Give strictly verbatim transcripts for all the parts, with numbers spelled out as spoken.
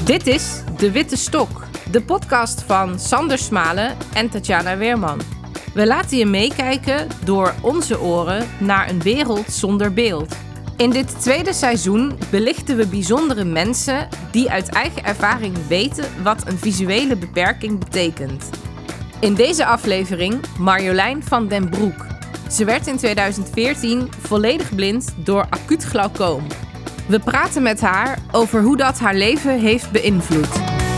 Dit is De Witte Stok, de podcast van Sander Smalen en Tatjana Weerman. We laten je meekijken door onze oren naar een wereld zonder beeld. In dit tweede seizoen belichten we bijzondere mensen die uit eigen ervaring weten wat een visuele beperking betekent. In deze aflevering Marjolein van den Broek. Ze werd in tweeduizend veertien volledig blind door acuut glaucoom. We praten met haar over hoe dat haar leven heeft beïnvloed.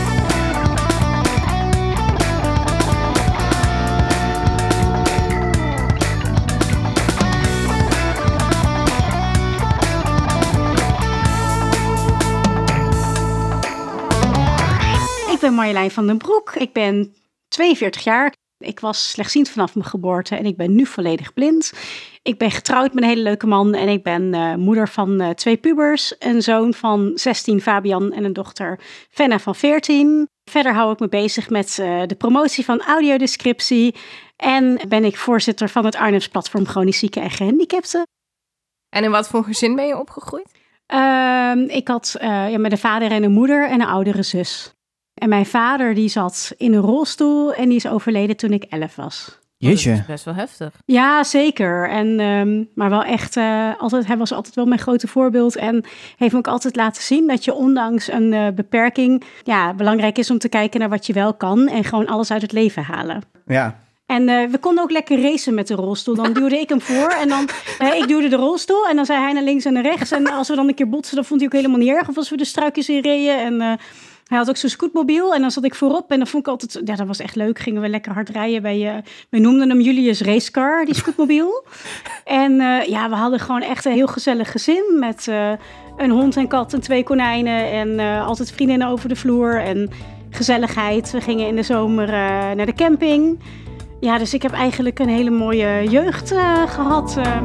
Ik ben Marjolein van den Broek. Ik ben tweeënveertig jaar. Ik was slechtziend vanaf mijn geboorte en ik ben nu volledig blind. Ik ben getrouwd met een hele leuke man en ik ben uh, moeder van uh, twee pubers. Een zoon van zestien, Fabian, en een dochter, Fenna, van veertien. Verder hou ik me bezig met uh, de promotie van audiodescriptie. En ben ik voorzitter van het Arnhems Platform Chronisch Zieken en Gehandicapten. En in wat voor gezin ben je opgegroeid? Uh, ik had uh, ja, met een vader en een moeder en een oudere zus. En mijn vader die zat in een rolstoel en die is overleden toen ik elf was. Jeetje. Dat is best wel heftig. Ja, zeker. En, um, maar wel echt, uh, altijd, hij was altijd wel mijn grote voorbeeld. En heeft me ook altijd laten zien dat je ondanks een uh, beperking... ja, belangrijk is om te kijken naar wat je wel kan en gewoon alles uit het leven halen. Ja. En uh, we konden ook lekker racen met de rolstoel. Dan duwde ik hem voor en dan uh, ik duwde de rolstoel. En dan zei hij naar links en naar rechts. En als we dan een keer botsen, dan vond hij ook helemaal niet erg. Of als we de struikjes in reden en... Uh, Hij had ook zo'n scootmobiel en dan zat ik voorop en dan vond ik altijd, ja, dat was echt leuk. Gingen we lekker hard rijden bij, uh, we noemden hem Julius Racecar, die scootmobiel. En uh, ja, we hadden gewoon echt een heel gezellig gezin met uh, een hond en kat en twee konijnen en uh, altijd vriendinnen over de vloer en gezelligheid. We gingen in de zomer uh, naar de camping. Ja, dus ik heb eigenlijk een hele mooie jeugd uh, gehad. Uh.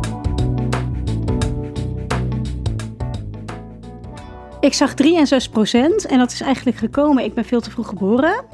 Ik zag drie en zes procent en dat is eigenlijk gekomen. Ik ben veel te vroeg geboren.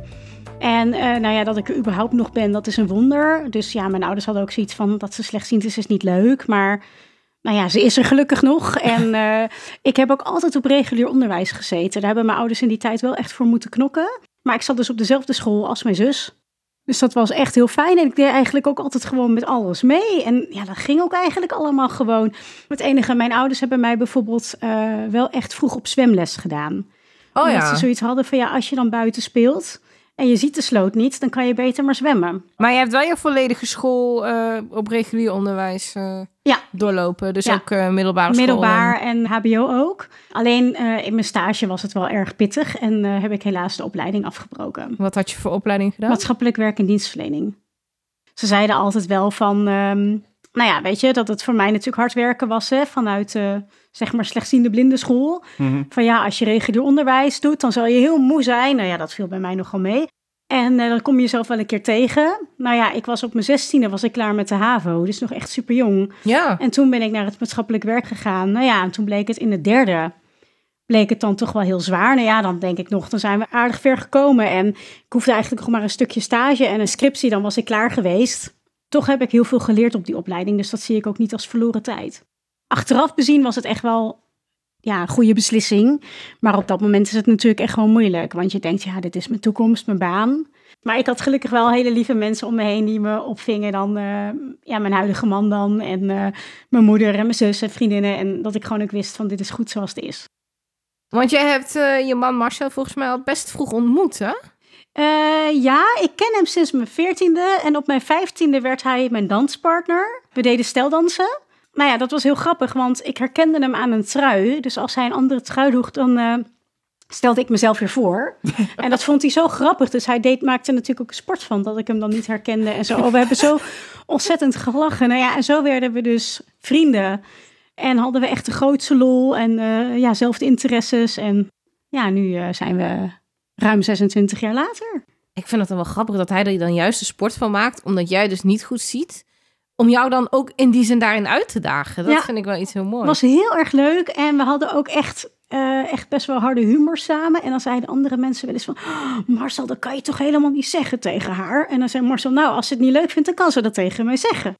En uh, nou ja, dat ik er überhaupt nog ben, dat is een wonder. Dus ja, mijn ouders hadden ook zoiets van dat ze slechtziend is, is niet leuk. Maar nou ja, ze is er gelukkig nog. En uh, ik heb ook altijd op regulier onderwijs gezeten. Daar hebben mijn ouders in die tijd wel echt voor moeten knokken. Maar ik zat dus op dezelfde school als mijn zus. Dus dat was echt heel fijn. En ik deed eigenlijk ook altijd gewoon met alles mee. En ja, dat ging ook eigenlijk allemaal gewoon. Het enige, mijn ouders hebben mij bijvoorbeeld uh, wel echt vroeg op zwemles gedaan. Oh Omdat ja. ze zoiets hadden van ja, als je dan buiten speelt en je ziet de sloot niet, dan kan je beter maar zwemmen. Maar je hebt wel je volledige school uh, op regulier onderwijs uh, ja. doorlopen. Dus ja. ook uh, middelbare school. Middelbaar en H B O ook. Alleen uh, in mijn stage was het wel erg pittig en uh, heb ik helaas de opleiding afgebroken. Wat had je voor opleiding gedaan? Maatschappelijk werk en dienstverlening. Ze zeiden altijd wel van, um, nou ja, weet je, dat het voor mij natuurlijk hard werken was, hè, vanuit uh, zeg maar slechtziende blindenschool. Mm-hmm. Van ja, als je regulier onderwijs doet, dan zal je heel moe zijn. Nou ja, dat viel bij mij nogal mee. En uh, dan kom je jezelf wel een keer tegen. Nou ja, ik was op mijn zestiende was ik klaar met de HAVO, dus nog echt super jong. Ja. En toen ben ik naar het maatschappelijk werk gegaan. Nou ja, en toen bleek het in het derde, bleek het dan toch wel heel zwaar. Nou ja, dan denk ik nog, dan zijn we aardig ver gekomen. En ik hoefde eigenlijk nog maar een stukje stage en een scriptie, dan was ik klaar geweest. Toch heb ik heel veel geleerd op die opleiding, dus dat zie ik ook niet als verloren tijd. Achteraf bezien was het echt wel ja, een goede beslissing. Maar op dat moment is het natuurlijk echt gewoon moeilijk. Want je denkt, ja, dit is mijn toekomst, mijn baan. Maar ik had gelukkig wel hele lieve mensen om me heen die me opvingen. Dan uh, ja, mijn huidige man dan en uh, mijn moeder en mijn zus en vriendinnen. En dat ik gewoon ook wist van dit is goed zoals het is. Want jij hebt uh, je man Marcel volgens mij al best vroeg ontmoet, hè? Uh, ja, ik ken hem sinds mijn veertiende. En op mijn vijftiende werd hij mijn danspartner. We deden steldansen. Nou ja, dat was heel grappig, want ik herkende hem aan een trui. Dus als hij een andere trui droeg, dan uh, stelde ik mezelf weer voor. En dat vond hij zo grappig. Dus hij deed, maakte natuurlijk ook een sport van dat ik hem dan niet herkende. En zo. Oh, we hebben zo ontzettend gelachen. Nou ja, en zo werden we dus vrienden. En hadden we echt de grootste lol en uh, ja, zelfde interesses. En ja, nu uh, zijn we ruim zesentwintig jaar later. Ik vind het dan wel grappig dat hij er dan juist de sport van maakt, omdat jij dus niet goed ziet. Om jou dan ook in die zin daarin uit te dagen. Dat ja, vind ik wel iets heel moois. Het was heel erg leuk en we hadden ook echt, uh, echt best wel harde humor samen. En dan zeiden andere mensen wel eens van, oh, Marcel, dat kan je toch helemaal niet zeggen tegen haar? En dan zei Marcel, nou, als ze het niet leuk vindt, dan kan ze dat tegen mij zeggen.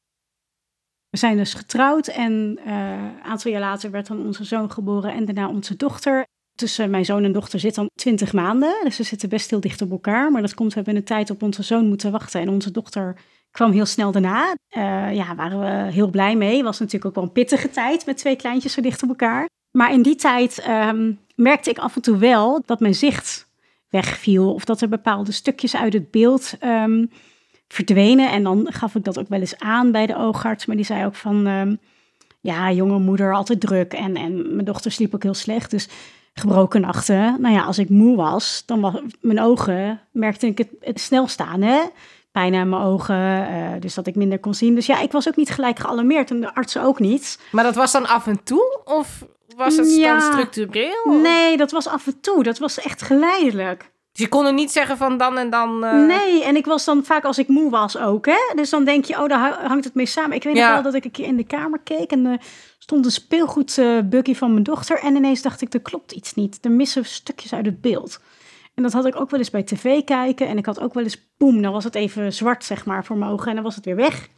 We zijn dus getrouwd en uh, een aantal jaar later werd dan onze zoon geboren en daarna onze dochter. tussen mijn zoon en dochter zit dan twintig maanden. Dus ze zitten best heel dicht op elkaar. Maar dat komt, we hebben een tijd op onze zoon moeten wachten. En onze dochter kwam heel snel daarna. Uh, ja, waren we heel blij mee. Was natuurlijk ook wel een pittige tijd met twee kleintjes zo dicht op elkaar. Maar in die tijd um, merkte ik af en toe wel dat mijn zicht wegviel. Of dat er bepaalde stukjes uit het beeld um, verdwenen. En dan gaf ik dat ook wel eens aan bij de oogarts. Maar die zei ook van, um, ja, jonge moeder, altijd druk. En, en mijn dochter sliep ook heel slecht. Dus gebroken nachten. Nou ja, als ik moe was, dan was mijn ogen, merkte ik het, het snel staan, hè. Pijn aan mijn ogen, uh, dus dat ik minder kon zien. Dus ja, ik was ook niet gelijk gealarmeerd en de artsen ook niet. Maar dat was dan af en toe? Of was het ja, dan structureel? Of? Nee, dat was af en toe. Dat was echt geleidelijk. Dus je kon er niet zeggen van dan en dan... Uh... Nee, en ik was dan vaak als ik moe was ook, hè. Dus dan denk je, oh, daar hangt het mee samen. Ik weet ja. nog wel dat ik een keer in de kamer keek en er stond een speelgoedbuggy uh, van mijn dochter. En ineens dacht ik, er klopt iets niet. Er missen stukjes uit het beeld. En dat had ik ook wel eens bij tv kijken. En ik had ook wel eens, boem, dan was het even zwart, zeg maar, voor mijn ogen. En dan was het weer weg.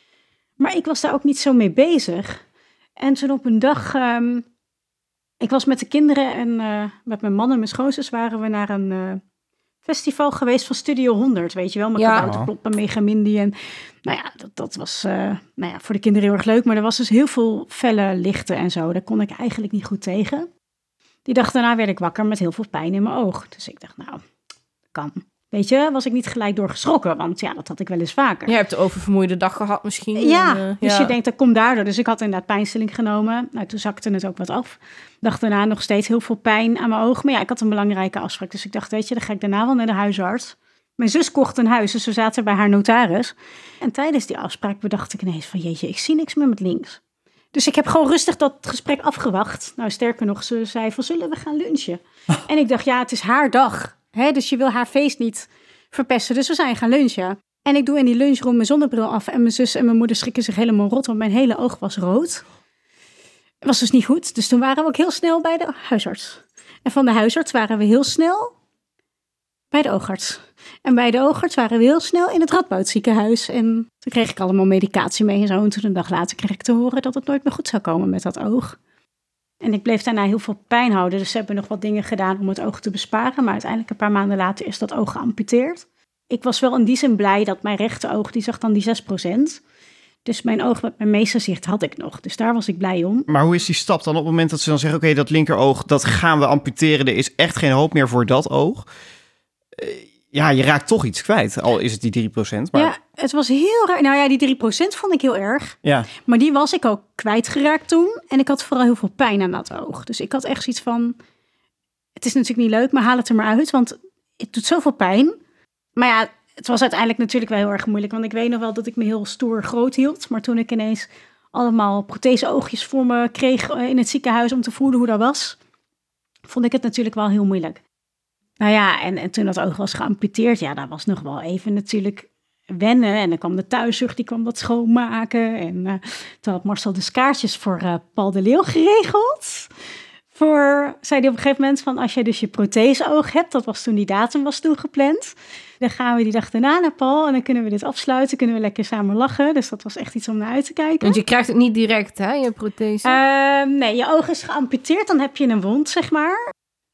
Maar ik was daar ook niet zo mee bezig. En toen op een dag, um, ik was met de kinderen en uh, met mijn man en mijn schoonzus waren we naar een uh, festival geweest van Studio honderd, weet je wel. Met ja. Kabouterplop en Megamindy. En nou ja, dat, dat was uh, nou ja, voor de kinderen heel erg leuk. Maar er was dus heel veel felle lichten en zo. Daar kon ik eigenlijk niet goed tegen. Die dag daarna werd ik wakker met heel veel pijn in mijn oog. Dus ik dacht, nou, kan. Weet je, was ik niet gelijk door geschrokken. Want ja, dat had ik wel eens vaker. Je hebt een oververmoeide dag gehad misschien. Ja, en, uh, dus ja. je denkt, dat komt daardoor. Dus ik had inderdaad pijnstilling genomen. Nou, toen zakte het ook wat af. Dag daarna nog steeds heel veel pijn aan mijn oog. Maar ja, ik had een belangrijke afspraak. Dus ik dacht, weet je, dan ga ik daarna wel naar de huisarts. Mijn zus kocht een huis, dus we zaten bij haar notaris. En tijdens die afspraak bedacht ik ineens van, jeetje, ik zie niks meer met links. Dus ik heb gewoon rustig dat gesprek afgewacht. Nou, sterker nog, ze zei van, zullen we gaan lunchen? En ik dacht, ja, het is haar dag. Hè? Dus je wil haar feest niet verpesten. Dus we zijn gaan lunchen. En ik doe in die lunchroom mijn zonnebril af. En mijn zus en mijn moeder schrikken zich helemaal rot. Want mijn hele oog was rood. Het was dus niet goed. Dus toen waren we ook heel snel bij de huisarts. En van de huisarts waren we heel snel bij de oogarts. En bij de oogarts waren we heel snel in het Radboud ziekenhuis. En toen kreeg ik allemaal medicatie mee en zo. En toen een dag later kreeg ik te horen dat het nooit meer goed zou komen met dat oog. En ik bleef daarna heel veel pijn houden. Dus ze hebben nog wat dingen gedaan om het oog te besparen. Maar uiteindelijk een paar maanden later is dat oog geamputeerd. Ik was wel in die zin blij dat mijn rechteroog, die zag dan die zes procent. Dus mijn oog met mijn meeste zicht had ik nog. Dus daar was ik blij om. Maar hoe is die stap dan op het moment dat ze dan zeggen, oké, okay, dat linkeroog, dat gaan we amputeren. Er is echt geen hoop meer voor dat oog. Uh, Ja, je raakt toch iets kwijt, al is het die drie procent. Maar... Ja, het was heel raar. Nou ja, die drie procent vond ik heel erg. Ja. Maar die was ik ook kwijtgeraakt toen. En ik had vooral heel veel pijn aan dat oog. Dus ik had echt zoiets van, het is natuurlijk niet leuk, maar haal het er maar uit. Want het doet zoveel pijn. Maar ja, het was uiteindelijk natuurlijk wel heel erg moeilijk. Want ik weet nog wel dat ik me heel stoer groot hield. Maar toen ik ineens allemaal prothese-oogjes voor me kreeg in het ziekenhuis om te voelen hoe dat was, vond ik het natuurlijk wel heel moeilijk. Nou ja, en, en toen dat oog was geamputeerd, ja, dat was nog wel even natuurlijk wennen. En dan kwam de thuiszorg, die kwam dat schoonmaken. En uh, toen had Marcel dus kaartjes voor uh, Paul de Leeuw geregeld. Voor, zei hij op een gegeven moment van, als jij dus je protheseoog hebt, dat was toen die datum was toegepland. Dan gaan we die dag daarna naar Paul en dan kunnen we dit afsluiten, kunnen we lekker samen lachen. Dus dat was echt iets om naar uit te kijken. Want je krijgt het niet direct, hè, je prothese? Uh, nee, je oog is geamputeerd, dan heb je een wond, zeg maar.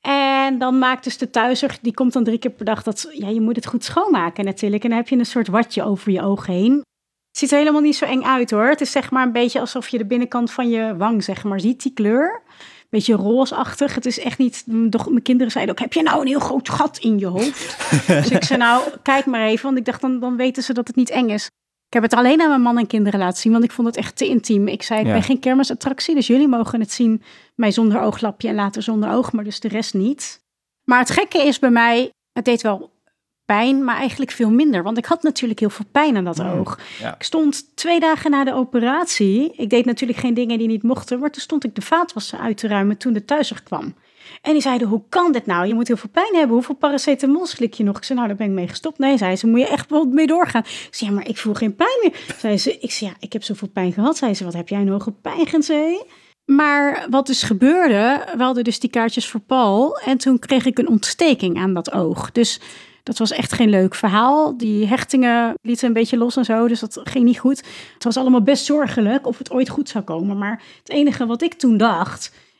En dan maakt dus de thuiszorg, die komt dan drie keer per dag, dat ja, je moet het goed schoonmaken natuurlijk. En dan heb je een soort watje over je oog heen. Het ziet er helemaal niet zo eng uit hoor. Het is zeg maar een beetje alsof je de binnenkant van je wang zeg maar ziet, die kleur. Beetje roosachtig. Het is echt niet, doch, mijn kinderen zeiden ook, heb je nou een heel groot gat in je hoofd? Dus ik zei nou, kijk maar even, want ik dacht dan, dan weten ze dat het niet eng is. Ik heb het alleen aan mijn man en kinderen laten zien, want ik vond het echt te intiem. Ik zei, ik ja. ben geen kermisattractie, dus jullie mogen het zien. Mij zonder ooglapje en later zonder oog, maar dus de rest niet. Maar het gekke is bij mij, het deed wel pijn, maar eigenlijk veel minder. Want ik had natuurlijk heel veel pijn aan dat oog. Ja. Ik stond twee dagen na de operatie. Ik deed natuurlijk geen dingen die niet mochten, maar toen stond ik de vaatwasser uit te ruimen toen de thuiszorg kwam. En die zeiden, hoe kan dit nou? Je moet heel veel pijn hebben. Hoeveel paracetamol slik je nog? Ik zei, nou, daar ben ik mee gestopt. Nee, zei ze, moet je echt wel mee doorgaan. Ik zei, ja, maar ik voel geen pijn meer. Zei ze, ik zei, ja, ik heb zoveel pijn gehad. Zei ze, wat heb jij nog gepijnigend, zei. Maar wat dus gebeurde, we hadden dus die kaartjes voor Paul. En toen kreeg ik een ontsteking aan dat oog. Dus dat was echt geen leuk verhaal. Die hechtingen lieten een beetje los en zo, dus dat ging niet goed. Het was allemaal best zorgelijk of het ooit goed zou komen. Maar het enige wat ik toen dacht,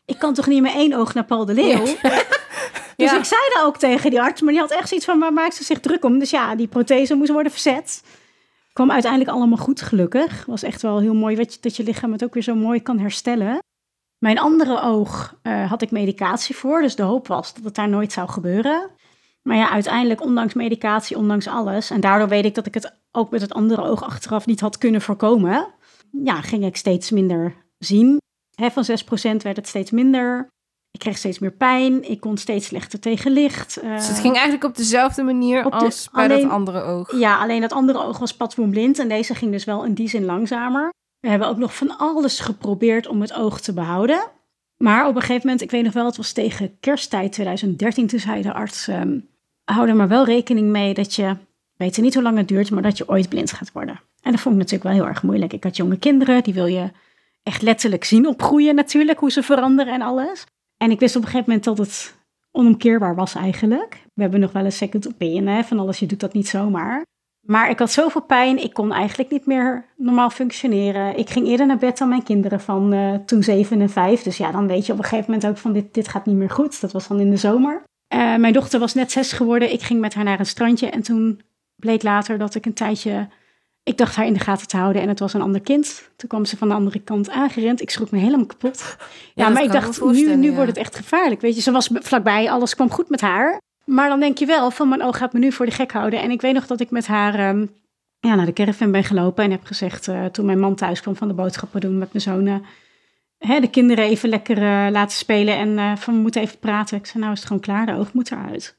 ik kan toch niet met één oog naar Paul de Leeuw? Ja. Dus ja. ik zei dat ook tegen die arts, maar die had echt zoiets van, waar maakt ze zich druk om? Dus ja, die prothese moest worden verzet. Kwam uiteindelijk allemaal goed, gelukkig. Was echt wel heel mooi weet je, dat je lichaam het ook weer zo mooi kan herstellen. Mijn andere oog uh, had ik medicatie voor, dus de hoop was dat het daar nooit zou gebeuren. Maar ja, uiteindelijk, ondanks medicatie, ondanks alles, en daardoor weet ik dat ik het ook met het andere oog achteraf niet had kunnen voorkomen, ja, ging ik steeds minder zien. He, van zes procent werd het steeds minder. Ik kreeg steeds meer pijn. Ik kon steeds slechter tegen licht. Uh, dus het ging eigenlijk op dezelfde manier de, als bij alleen, dat andere oog? Ja, alleen dat andere oog was padboomblind en deze ging dus wel in die zin langzamer. We hebben ook nog van alles geprobeerd om het oog te behouden. Maar op een gegeven moment, ik weet nog wel, het was tegen kersttijd twintig dertien, toen zei de arts, um, hou er maar wel rekening mee dat je, weet niet hoe lang het duurt, maar dat je ooit blind gaat worden. En dat vond ik natuurlijk wel heel erg moeilijk. Ik had jonge kinderen, die wil je echt letterlijk zien opgroeien natuurlijk, hoe ze veranderen en alles. En ik wist op een gegeven moment dat het onomkeerbaar was eigenlijk. We hebben nog wel een second opinion, hè, van alles, je doet dat niet zomaar. Maar ik had zoveel pijn, ik kon eigenlijk niet meer normaal functioneren. Ik ging eerder naar bed dan mijn kinderen van uh, toen zeven en vijf. Dus ja, dan weet je op een gegeven moment ook van dit, dit gaat niet meer goed. Dat was dan in de zomer. Uh, mijn dochter was net zes geworden. Ik ging met haar naar een strandje en toen bleek later dat ik een tijdje... Ik dacht haar in de gaten te houden en het was een ander kind. Toen kwam ze van de andere kant aangerend. Ik schrok me helemaal kapot. Ja, ja maar ik dacht, nu, nu ja. wordt het echt gevaarlijk. Weet je, ze was vlakbij, alles kwam goed met haar. Maar dan denk je wel, van mijn oog gaat me nu voor de gek houden. En ik weet nog dat ik met haar um, ja, naar de caravan ben gelopen. En heb gezegd, uh, toen mijn man thuis kwam van de boodschappen doen met mijn zoon... Uh, hè, de kinderen even lekker uh, laten spelen en uh, van we moeten even praten. Ik zei, nou is het gewoon klaar, de oog moet eruit.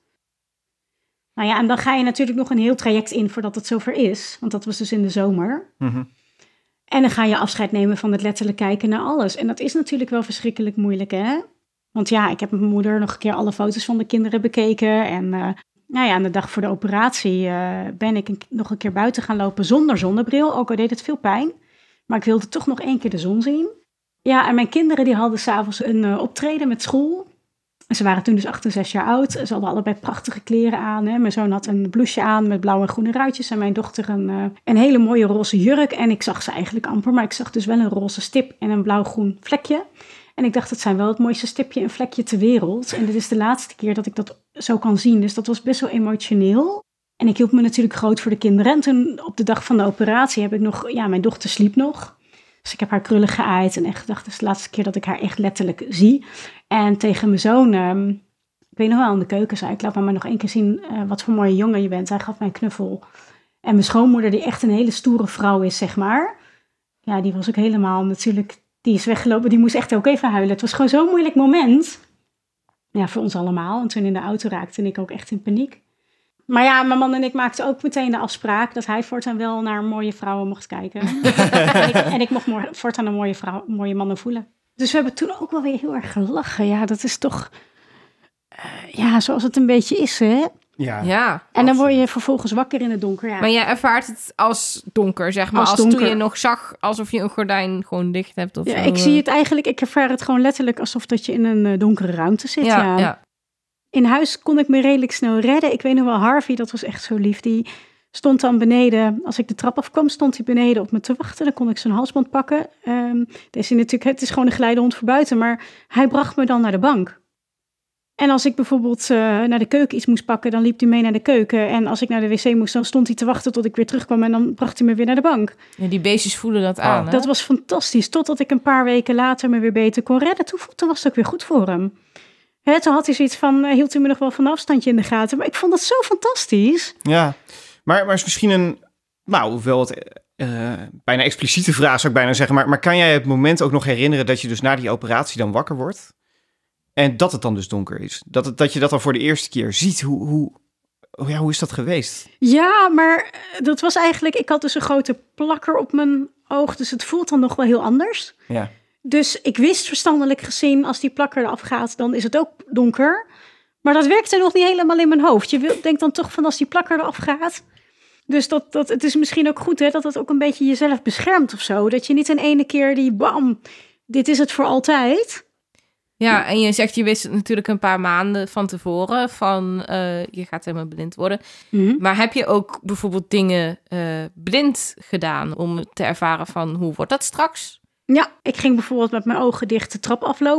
Nou ja, en dan ga je natuurlijk nog een heel traject in voordat het zover is. Want dat was dus in de zomer. Mm-hmm. En dan ga je afscheid nemen van het letterlijk kijken naar alles. En dat is natuurlijk wel verschrikkelijk moeilijk, hè? Want ja, ik heb met mijn moeder nog een keer alle foto's van de kinderen bekeken. En uh, nou ja, aan de dag voor de operatie uh, ben ik een, nog een keer buiten gaan lopen zonder zonnebril. Ook al deed het veel pijn. Maar ik wilde toch nog één keer de zon zien. Ja, en mijn kinderen die hadden s'avonds een uh, optreden met school. Ze waren toen dus acht en zes jaar oud. Ze hadden allebei prachtige kleren aan. Hè. Mijn zoon had een blouseje aan met blauwe en groene ruitjes. En mijn dochter een, uh, een hele mooie roze jurk. En ik zag ze eigenlijk amper. Maar ik zag dus wel een roze stip en een blauw-groen vlekje. En ik dacht, het zijn wel het mooiste stipje en vlekje ter wereld. En dit is de laatste keer dat ik dat zo kan zien. Dus dat was best wel emotioneel. En ik hield me natuurlijk groot voor de kinderen. En toen op de dag van de operatie heb ik nog... Ja, mijn dochter sliep nog. Dus ik heb haar krullen geaaid en echt gedacht, het is de laatste keer dat ik haar echt letterlijk zie. En tegen mijn zoon, um, ik weet nog wel, in de keuken zei ik, laat me maar nog één keer zien uh, wat voor mooie jongen je bent. Hij gaf mij een knuffel. En mijn schoonmoeder, die echt een hele stoere vrouw is, zeg maar. Ja, die was ook helemaal natuurlijk, die is weggelopen, die moest echt ook even huilen. Het was gewoon zo'n moeilijk moment. Ja, voor ons allemaal. En toen in de auto raakte en ik ook echt in paniek. Maar ja, mijn man en ik maakten ook meteen de afspraak dat hij voortaan wel naar mooie vrouwen mocht kijken. en, ik, en ik mocht voortaan naar mooie, vrouw, mooie mannen voelen. Dus we hebben toen ook wel weer heel erg gelachen. Ja, dat is toch, uh, ja, zoals het een beetje is, hè? Ja. ja. En dan word je vervolgens wakker in het donker, ja. Maar jij ervaart het als donker, zeg maar. Als, als toen je nog zag alsof je een gordijn gewoon dicht hebt of ja, zo. Ik zie het eigenlijk, ik ervaar het gewoon letterlijk alsof dat je in een uh, donkere ruimte zit, ja. ja. ja. In huis kon ik me redelijk snel redden. Ik weet nog wel, Harvey, dat was echt zo lief. Die stond dan beneden. Als ik de trap afkwam, stond hij beneden op me te wachten. Dan kon ik zijn halsband pakken. Um, deze natuurlijk, het is gewoon een geleidehond voor buiten. Maar hij bracht me dan naar de bank. En als ik bijvoorbeeld uh, naar de keuken iets moest pakken, dan liep hij mee naar de keuken. En als ik naar de wc moest, dan stond hij te wachten tot ik weer terugkwam. En dan bracht hij me weer naar de bank. Ja, die beestjes voelen dat aan, hè? Dat was fantastisch. Totdat ik een paar weken later me weer beter kon redden. Toen, toen was het ook weer goed voor hem. He, toen had hij zoiets van, uh, hield hij me nog wel van een afstandje in de gaten. Maar ik vond dat zo fantastisch. Ja, maar, maar is misschien een, nou, wel het uh, bijna expliciete vraag zou ik bijna zeggen. Maar, maar kan jij het moment ook nog herinneren dat je dus na die operatie dan wakker wordt? En dat het dan dus donker is? Dat, het, dat je dat dan voor de eerste keer ziet? Hoe, hoe, ja, hoe is dat geweest? Ja, maar dat was eigenlijk, ik had dus een grote plakker op mijn oog. Dus het voelt dan nog wel heel anders. Ja. Dus ik wist verstandelijk gezien, als die plakker eraf gaat, dan is het ook donker. Maar dat werkte nog niet helemaal in mijn hoofd. Je denkt dan toch van als die plakker eraf gaat. Dus dat, dat, het is misschien ook goed, hè, dat het ook een beetje jezelf beschermt of zo. Dat je niet in ene keer die bam, dit is het voor altijd. Ja, en je zegt, je wist het natuurlijk een paar maanden van tevoren van uh, je gaat helemaal blind worden. Mm-hmm. Maar heb je ook bijvoorbeeld dingen uh, blind gedaan om te ervaren van hoe wordt dat straks? Ja, ik ging bijvoorbeeld met mijn ogen dicht de trap aflopen.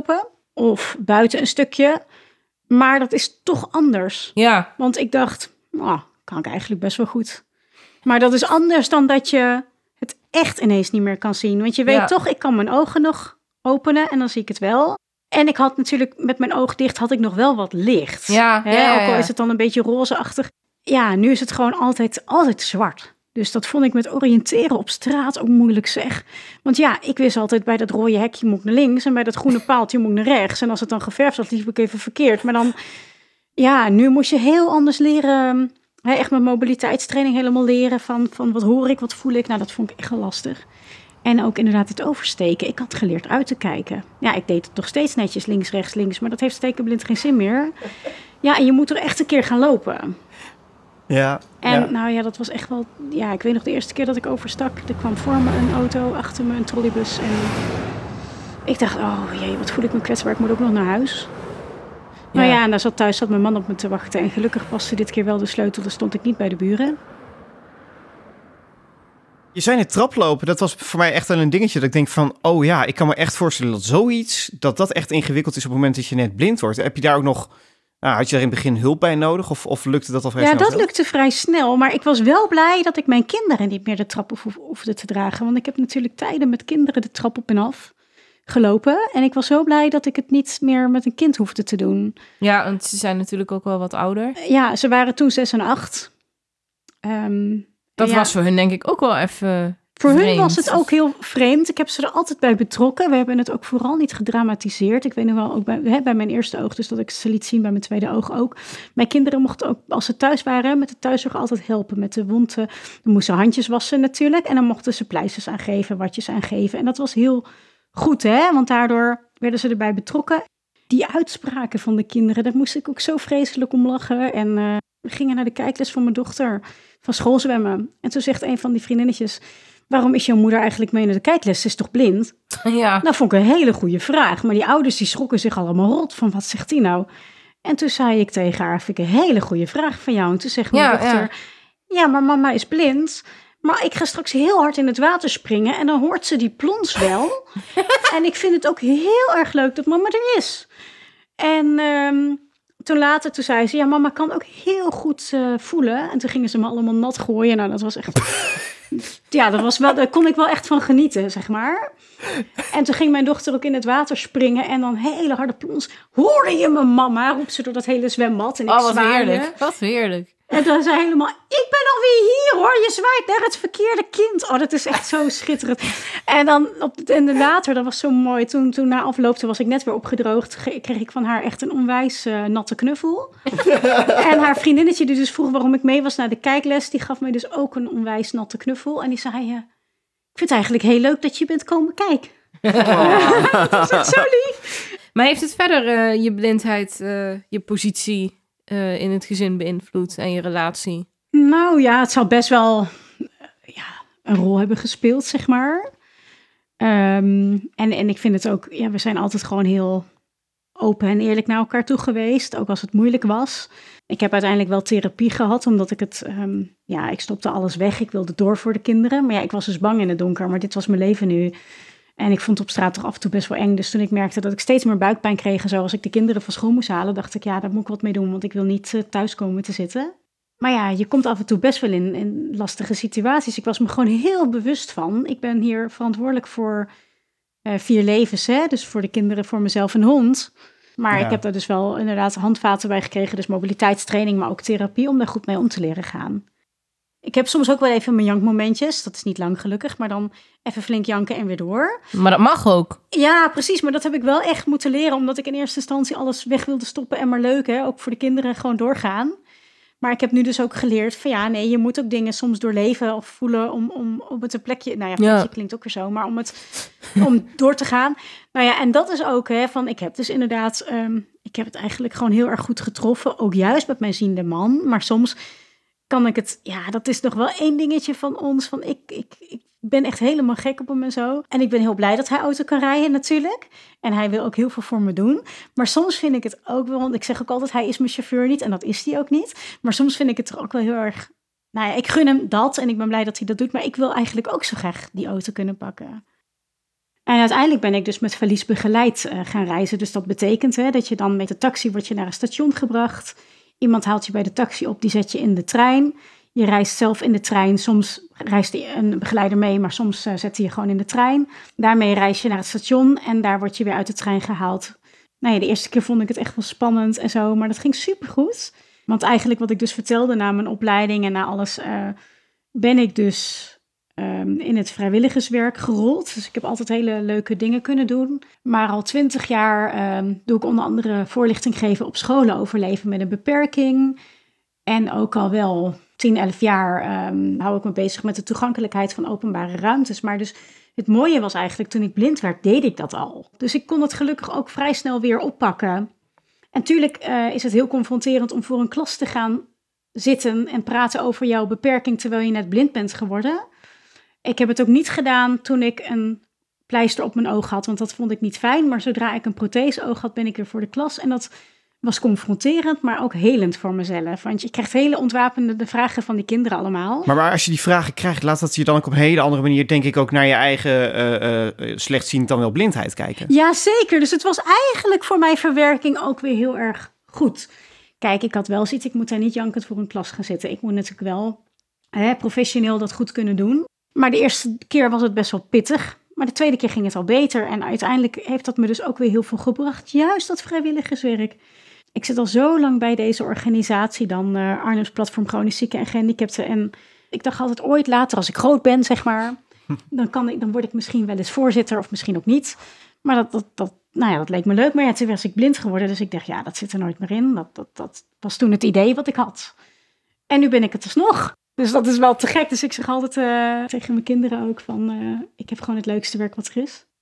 of buiten een stukje. Maar dat is toch anders. Ja. Want ik dacht, nou, kan ik eigenlijk best wel goed. Maar dat is anders dan dat je het echt ineens niet meer kan zien. Want je weet Ja. toch, ik kan mijn ogen nog openen en dan zie ik het wel. En ik had natuurlijk met mijn oog dicht had ik nog wel wat licht. Ja, Hè? ja, ja, Ook al ja. is het dan een beetje rozeachtig. Ja, nu is het gewoon altijd, altijd zwart. Dus dat vond ik met oriënteren op straat ook moeilijk zeg. Want ja, ik wist altijd bij dat rode hekje moet ik naar links en bij dat groene paaltje moet ik naar rechts. En als het dan geverfd zat, liep ik even verkeerd. Maar dan, ja, nu moest je heel anders leren. Hè, echt met mobiliteitstraining helemaal leren van, van wat hoor ik, wat voel ik. Nou, dat vond ik echt wel lastig. En ook inderdaad het oversteken. Ik had geleerd uit te kijken. Ja, ik deed het nog steeds netjes links, rechts, links. Maar dat heeft stekenblind geen zin meer. Ja, en je moet er echt een keer gaan lopen. Ja, En ja. nou ja, dat was echt wel... Ja, ik weet nog de eerste keer dat ik overstak. Er kwam voor me een auto, achter me een trolleybus. En ik dacht, oh jee, wat voel ik me kwetsbaar. Ik moet ook nog naar huis. Nou Ja. ja, en daar zat thuis zat mijn man op me te wachten. En gelukkig paste dit keer wel de sleutel. Dan stond ik niet bij de buren. Je zei net traplopen, dat was voor mij echt wel een dingetje dat ik denk van, oh ja, ik kan me echt voorstellen dat zoiets, dat dat echt ingewikkeld is op het moment dat je net blind wordt. Heb je daar ook nog, nou, had je daar in het begin hulp bij nodig of, of lukte dat al vrij Ja, snel dat zelf? lukte vrij snel. Maar ik was wel blij dat ik mijn kinderen niet meer de trap op hoefde te dragen. Want ik heb natuurlijk tijden met kinderen de trap op en af gelopen. En ik was zo blij dat ik het niet meer met een kind hoefde te doen. Ja, want ze zijn natuurlijk ook wel wat ouder. Ja, ze waren toen zes en acht. Ehm, Dat ja, was voor hun denk ik ook wel even Voor hun vreemd. was het ook heel vreemd. Ik heb ze er altijd bij betrokken. We hebben het ook vooral niet gedramatiseerd. Ik weet nog wel, ook bij, hè, bij mijn eerste oog, dus dat ik ze liet zien bij mijn tweede oog ook. Mijn kinderen mochten ook, als ze thuis waren, met de thuiszorg altijd helpen met de wonden. Dan moesten ze handjes wassen natuurlijk. En dan mochten ze pleisters aangeven, watjes aangeven. En dat was heel goed, hè? Want daardoor werden ze erbij betrokken. Die uitspraken van de kinderen, daar moest ik ook zo vreselijk om lachen. En uh, we gingen naar de kijkles van mijn dochter van schoolzwemmen. En toen zegt een van die vriendinnetjes, waarom is jouw moeder eigenlijk mee naar de kijkles? Ze is toch blind? Ja. Nou, vond ik een hele goede vraag. Maar die ouders die schrokken zich allemaal rot van, wat zegt die nou? En toen zei ik tegen haar, vind ik een hele goede vraag van jou. En toen zegt mijn Ja, dochter, ja. ja, maar mama is blind. Maar ik ga straks heel hard in het water springen en dan hoort ze die plons wel. En ik vind het ook heel erg leuk dat mama er is. En um, toen later, toen zei ze, ja, mama kan ook heel goed uh, voelen. En toen gingen ze me allemaal nat gooien. Nou, dat was echt... Ja, dat was wel, daar kon ik wel echt van genieten, zeg maar. En toen ging mijn dochter ook in het water springen en dan hele harde plons. Hoorde je me, mama? Roept ze door dat hele zwembad. En ik Oh, wat zwaaide. heerlijk. Wat heerlijk. En toen zei helemaal, ik ben alweer hier hoor, je zwaait naar het verkeerde kind. Oh, dat is echt zo schitterend. En dan op de, en later, dat was zo mooi, toen, toen na afloop, was ik net weer opgedroogd, kreeg ik van haar echt een onwijs uh, natte knuffel. En haar vriendinnetje die dus vroeg waarom ik mee was naar de kijkles, die gaf mij dus ook een onwijs natte knuffel. En die zei, uh, ik vind het eigenlijk heel leuk dat je bent komen kijken. Oh. Dat is echt zo lief. Maar heeft het verder uh, je blindheid, uh, je positie uh, in het gezin beïnvloed en je relatie? Nou ja, het zal best wel uh, ja, een rol hebben gespeeld, zeg maar. Um, en, en ik vind het ook, ja, we zijn altijd gewoon heel open en eerlijk naar elkaar toe geweest, ook als het moeilijk was. Ik heb uiteindelijk wel therapie gehad, omdat ik het, um, ja, ik stopte alles weg. Ik wilde door voor de kinderen, maar ja, ik was dus bang in het donker, maar dit was mijn leven nu. En ik vond het op straat toch af en toe best wel eng. Dus toen ik merkte dat ik steeds meer buikpijn kreeg en zo, als ik de kinderen van school moest halen, dacht ik, ja, daar moet ik wat mee doen, want ik wil niet uh, thuis komen te zitten. Maar ja, je komt af en toe best wel in, in lastige situaties. Ik was me gewoon heel bewust van. Ik ben hier verantwoordelijk voor uh, vier levens, hè? Dus voor de kinderen, voor mezelf en hond. Maar ja. Ik heb daar dus wel inderdaad handvaten bij gekregen. Dus mobiliteitstraining, maar ook therapie om daar goed mee om te leren gaan. Ik heb soms ook wel even mijn jankmomentjes. Dat is niet lang gelukkig, maar dan even flink janken en weer door. Maar dat mag ook. Ja, precies. Maar dat heb ik wel echt moeten leren, omdat ik in eerste instantie alles weg wilde stoppen en maar leuk, hè? Ook voor de kinderen gewoon doorgaan. Maar ik heb nu dus ook geleerd van ja, nee, je moet ook dingen soms doorleven of voelen om, om op het een plekje, nou ja, plekje ja. klinkt ook weer zo, maar om het om door te gaan. Nou ja, en dat is ook hè, van ik heb dus inderdaad, um, ik heb het eigenlijk gewoon heel erg goed getroffen, ook juist met mijn ziende man. Maar soms kan ik het, ja, dat is nog wel één dingetje van ons, van ik, ik, ik ben echt helemaal gek op hem en zo. En ik ben heel blij dat hij auto kan rijden natuurlijk. En hij wil ook heel veel voor me doen. Maar soms vind ik het ook wel, want ik zeg ook altijd, hij is mijn chauffeur niet. En dat is hij ook niet. Maar soms vind ik het er ook wel heel erg, nou ja, ik gun hem dat. En ik ben blij dat hij dat doet. Maar ik wil eigenlijk ook zo graag die auto kunnen pakken. En uiteindelijk ben ik dus met valies begeleid uh, gaan reizen. Dus dat betekent hè, dat je dan met de taxi wordt je naar een station gebracht. Iemand haalt je bij de taxi op, die zet je in de trein. Je reist zelf in de trein. Soms reist een begeleider mee, maar soms uh, zet hij je gewoon in de trein. Daarmee reis je naar het station en daar word je weer uit de trein gehaald. Nou ja, de eerste keer vond ik het echt wel spannend en zo, maar dat ging supergoed. Want eigenlijk wat ik dus vertelde na mijn opleiding en na alles, uh, ben ik dus um, in het vrijwilligerswerk gerold. Dus ik heb altijd hele leuke dingen kunnen doen. Maar al twintig jaar um, doe ik onder andere voorlichting geven op scholen over leven met een beperking. En ook al wel tien, elf jaar um, hou ik me bezig met de toegankelijkheid van openbare ruimtes. Maar dus het mooie was eigenlijk, toen ik blind werd, deed ik dat al. Dus ik kon het gelukkig ook vrij snel weer oppakken. En tuurlijk uh, is het heel confronterend om voor een klas te gaan zitten en praten over jouw beperking terwijl je net blind bent geworden. Ik heb het ook niet gedaan toen ik een pleister op mijn oog had, want dat vond ik niet fijn. Maar zodra ik een protheseoog had, ben ik weer voor de klas. En dat was confronterend, maar ook helend voor mezelf. Want je krijgt hele ontwapende vragen van die kinderen allemaal. Maar, maar als je die vragen krijgt, laat dat je dan ook op een hele andere manier, denk ik, ook naar je eigen uh, uh, slechtziend dan wel blindheid kijken. Ja, zeker. Dus het was eigenlijk voor mijn verwerking ook weer heel erg goed. Kijk, ik had wel zoiets, ik moet daar niet jankend voor een klas gaan zitten. Ik moet natuurlijk wel hè, professioneel dat goed kunnen doen. Maar de eerste keer was het best wel pittig. Maar de tweede keer ging het al beter. En uiteindelijk heeft dat me dus ook weer heel veel gebracht. Juist dat vrijwilligerswerk. Ik zit al zo lang bij deze organisatie dan, uh, Arnhems Platform Chronisch Zieken en Gehandicapten. En ik dacht altijd ooit later, als ik groot ben, zeg maar, dan, kan ik, dan word ik misschien wel eens voorzitter of misschien ook niet. Maar dat, dat, dat, nou ja, dat leek me leuk. Maar ja, toen was ik blind geworden, dus ik dacht, ja, dat zit er nooit meer in. Dat, dat, dat was toen het idee wat ik had. En nu ben ik het alsnog. Dus dat is wel te gek. Dus ik zeg altijd uh, tegen mijn kinderen ook van, uh, ik heb gewoon het leukste werk wat er is.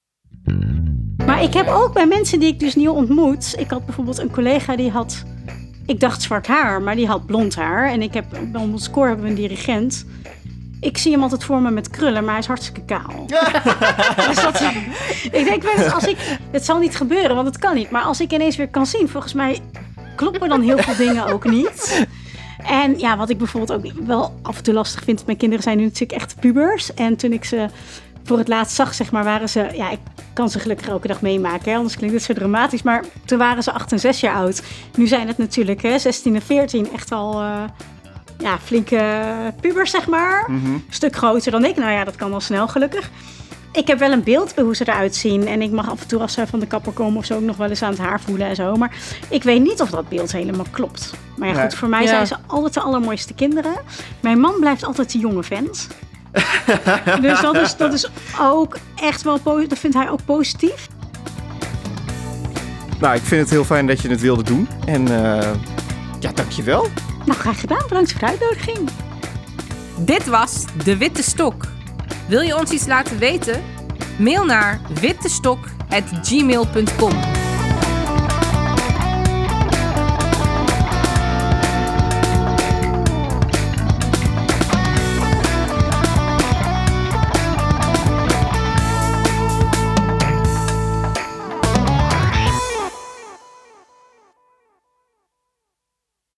Maar ik heb ook bij mensen die ik dus nieuw ontmoet. Ik had bijvoorbeeld een collega die had, ik dacht zwart haar, maar die had blond haar. En ik heb, bij ons koor hebben we een dirigent. Ik zie hem altijd voor me met krullen, maar hij is hartstikke kaal. Dus dat, ik denk wel eens, als ik, het zal niet gebeuren, want het kan niet. Maar als ik ineens weer kan zien, volgens mij kloppen dan heel veel dingen ook niet. En ja, wat ik bijvoorbeeld ook wel af en toe lastig vind, mijn kinderen zijn nu natuurlijk echt pubers. En toen ik ze voor het laatst zag, zeg maar, waren ze, ja, ik kan ze gelukkig elke dag meemaken, hè, anders klinkt het zo dramatisch. Maar toen waren ze acht en zes jaar oud. Nu zijn het natuurlijk hè, zestien en veertien echt al uh, ja, flinke pubers, zeg maar. Mm-hmm. Een stuk groter dan ik. Nou ja, dat kan al snel, gelukkig. Ik heb wel een beeld bij hoe ze eruit zien. En ik mag af en toe, als ze van de kapper komen of zo, ook nog wel eens aan het haar voelen en zo. Maar ik weet niet of dat beeld helemaal klopt. Maar ja, goed, nee. Voor mij ja. zijn ze altijd de allermooiste kinderen. Mijn man blijft altijd de jonge vent. Dus dat is, dat is ook echt wel, dat vindt hij ook positief. Nou, ik vind het heel fijn dat je het wilde doen. En uh, ja, dankjewel. Nou, graag gedaan. Bedankt voor de uitnodiging. Dit was De Witte Stok. Wil je ons iets laten weten? Mail naar wittestok at gmail dot com.